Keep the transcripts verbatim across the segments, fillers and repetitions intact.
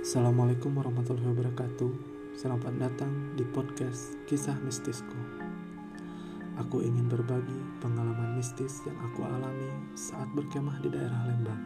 Assalamualaikum warahmatullahi wabarakatuh. Selamat datang di podcast Kisah Mistisku. Aku ingin berbagi pengalaman mistis yang aku alami saat berkemah di daerah Lembang.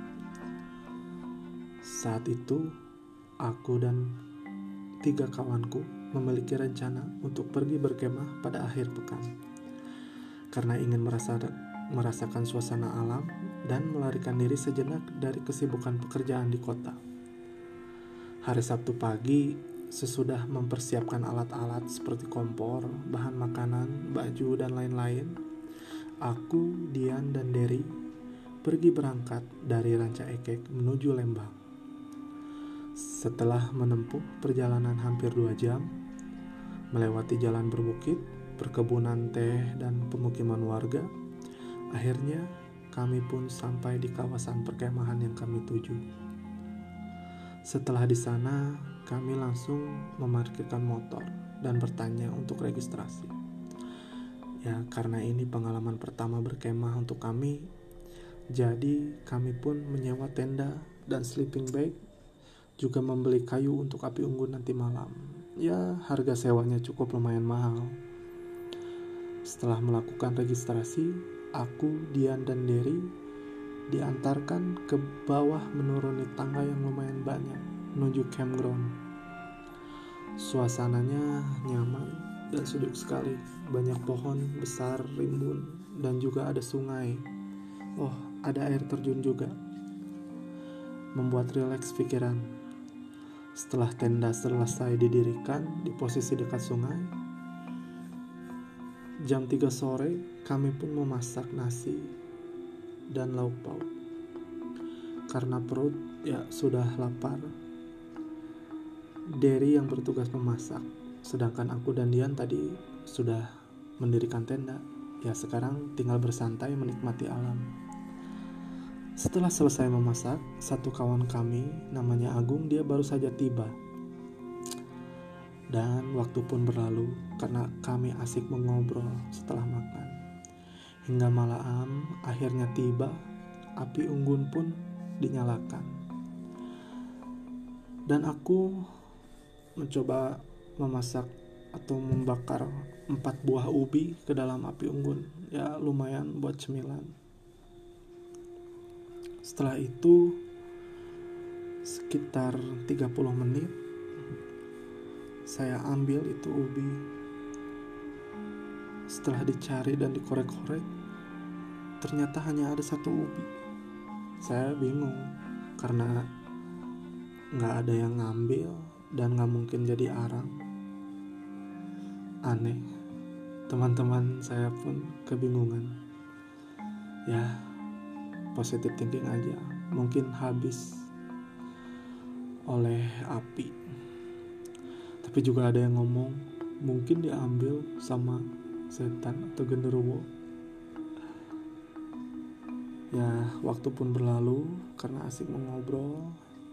Saat itu, aku dan tiga kawanku memiliki rencana untuk pergi berkemah pada akhir pekan. Karena ingin merasa, merasakan suasana alam dan melarikan diri sejenak dari kesibukan pekerjaan di kota. Hari Sabtu pagi, sesudah mempersiapkan alat-alat seperti kompor, bahan makanan, baju, dan lain-lain, aku, Dian, dan Derry pergi berangkat dari Ranca Ekek menuju Lembang. Setelah menempuh perjalanan hampir dua jam, melewati jalan berbukit, perkebunan teh, dan pemukiman warga, akhirnya kami pun sampai di kawasan perkemahan yang kami tuju. Setelah di sana, kami langsung memarkirkan motor dan bertanya untuk registrasi. Ya, karena ini pengalaman pertama berkemah untuk kami, jadi kami pun menyewa tenda dan sleeping bag, juga membeli kayu untuk api unggun nanti malam. Ya, harga sewanya cukup lumayan mahal. Setelah melakukan registrasi, aku, Dian, dan Derry diantarkan ke bawah menuruni tangga yang lumayan banyak menuju campground. Suasananya nyaman dan sejuk sekali. Banyak pohon besar rimbun dan juga ada sungai. Oh, ada air terjun juga. Membuat rileks pikiran. Setelah tenda selesai didirikan di posisi dekat sungai, jam tiga sore kami pun memasak nasi dan lauk pauk. Karena perut ya sudah lapar, Derry yang bertugas memasak, sedangkan aku dan Dian tadi sudah mendirikan tenda. Ya, sekarang tinggal bersantai menikmati alam. Setelah selesai memasak, satu kawan kami namanya Agung, dia baru saja tiba. Dan waktu pun berlalu karena kami asik mengobrol setelah makan. Hingga malam akhirnya tiba, api unggun pun dinyalakan. Dan aku mencoba memasak atau membakar empat buah ubi ke dalam api unggun. Ya, lumayan buat cemilan. Setelah itu sekitar tiga puluh menit saya ambil itu ubi. Setelah dicari dan dikorek-korek, ternyata hanya ada satu ubi. Saya bingung karena gak ada yang ngambil dan gak mungkin jadi arang. Aneh. Teman-teman saya pun kebingungan. Ya, positive thinking aja. Mungkin habis oleh api. Tapi juga ada yang ngomong mungkin diambil sama setan atau genderuwo. Ya, waktu pun berlalu karena asik mengobrol.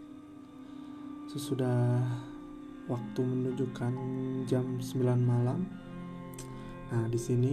Sesudah waktu menunjukkan jam sembilan malam. Nah, di sini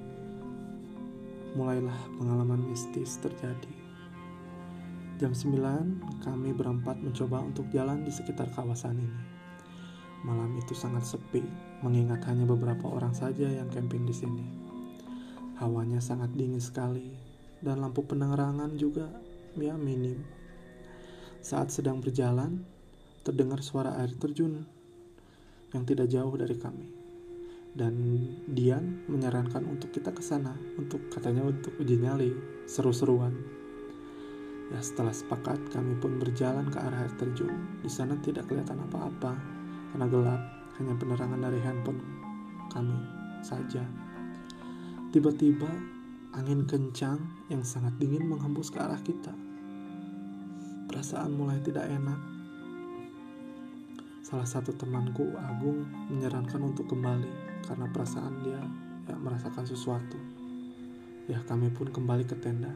mulailah pengalaman mistis terjadi. Jam sembilan kami berempat mencoba untuk jalan di sekitar kawasan ini. Malam itu sangat sepi, mengingat hanya beberapa orang saja yang camping di sini. Hawanya sangat dingin sekali, dan lampu penerangan juga ya minim. Saat sedang berjalan, terdengar suara air terjun yang tidak jauh dari kami. Dan Dian menyarankan untuk kita ke sana, untuk katanya untuk uji nyali, seru-seruan. Ya, setelah sepakat, kami pun berjalan ke arah air terjun. Di sana tidak kelihatan apa-apa karena gelap, hanya penerangan dari handphone kami saja. Tiba-tiba angin kencang yang sangat dingin menghembus ke arah kita. Perasaan mulai tidak enak. Salah satu temanku, Agung, menyarankan untuk kembali karena perasaan dia ya, merasakan sesuatu. Ya, kami pun kembali ke tenda.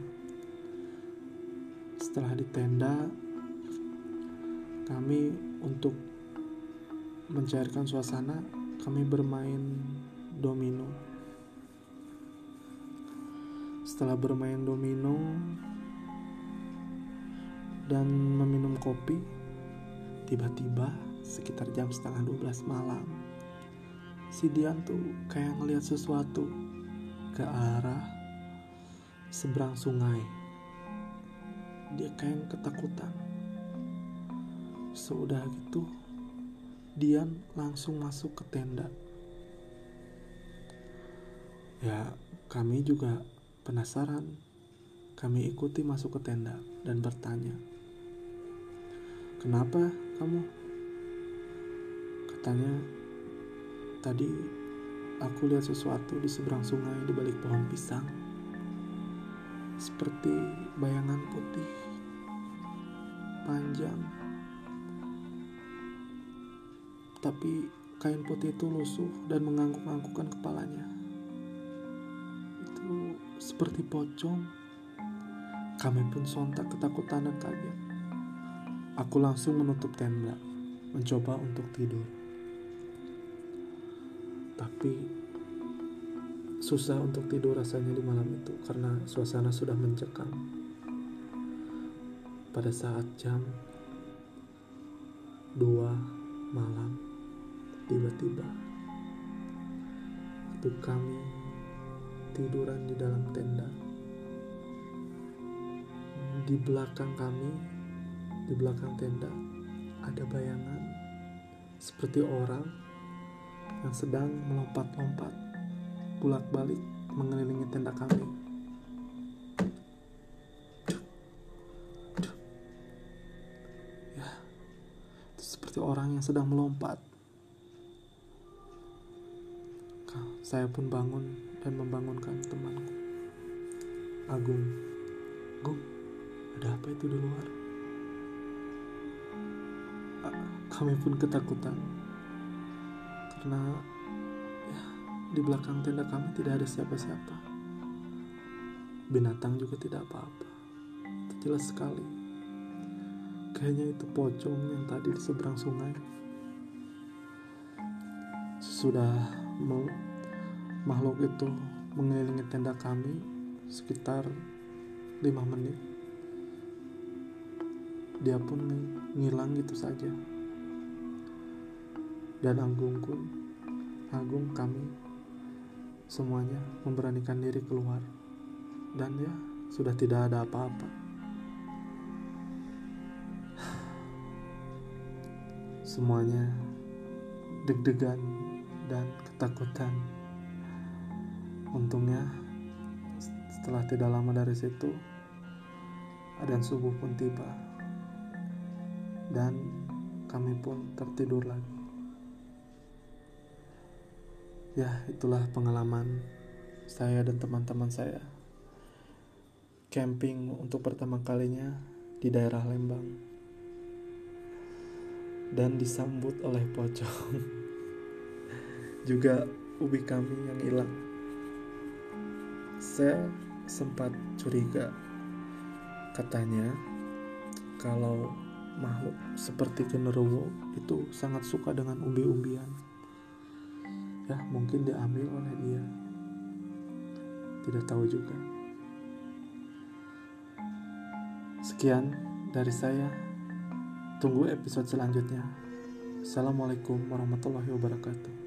Setelah di tenda, kami untuk mencairkan suasana, kami bermain domino. Setelah bermain domino dan meminum kopi, tiba-tiba sekitar jam setengah dua belas malam, si Dian tuh kayak ngeliat sesuatu ke arah seberang sungai. Dia kayak ketakutan. Sudah gitu, Dian langsung masuk ke tenda. Ya, kami juga penasaran. Kami ikuti masuk ke tenda dan bertanya, "Kenapa kamu?" Katanya, "Tadi aku lihat sesuatu di seberang sungai di balik pohon pisang. Seperti bayangan putih, panjang. Tapi kain putih itu lusuh dan mengangguk-anggukkan kepalanya. Itu seperti pocong." Kami pun sontak ketakutan dan kaget. Aku langsung menutup tenda, mencoba untuk tidur. Tapi susah untuk tidur rasanya di malam itu karena suasana sudah mencekam. Pada saat jam dua malam, tiba-tiba waktu kami tiduran di dalam tenda, di belakang kami, di belakang tenda, ada bayangan seperti orang yang sedang melompat-lompat bolak-balik mengelilingi tenda kami. Ya, itu seperti orang yang sedang melompat. Saya pun bangun dan membangunkan temanku, Agung. "Gung, ada apa itu di luar?" Kami pun ketakutan karena ya, di belakang tenda kami tidak ada siapa-siapa. Binatang juga tidak apa-apa. Itu jelas sekali. Kayaknya itu pocong yang tadi di seberang sungai. Sudah me- makhluk itu mengelilingi tenda kami sekitar lima menit. Dia pun ngilang gitu saja. Dan Agungku, Agung, kami semuanya memberanikan diri keluar. Dan ya, sudah tidak ada apa-apa. Semuanya deg-degan dan ketakutan. Untungnya setelah tidak lama dari situ, adzan subuh pun tiba dan kami pun tertidur lagi. Ya, itulah pengalaman saya dan teman-teman saya camping untuk pertama kalinya di daerah Lembang dan disambut oleh pocong. Juga ubi kami yang hilang. Saya sempat curiga, katanya kalau makhluk seperti genderuwo itu sangat suka dengan umbi-umbian. Ya, mungkin diambil oleh dia. Tidak tahu juga. Sekian dari saya. Tunggu episode selanjutnya. Assalamualaikum warahmatullahi wabarakatuh.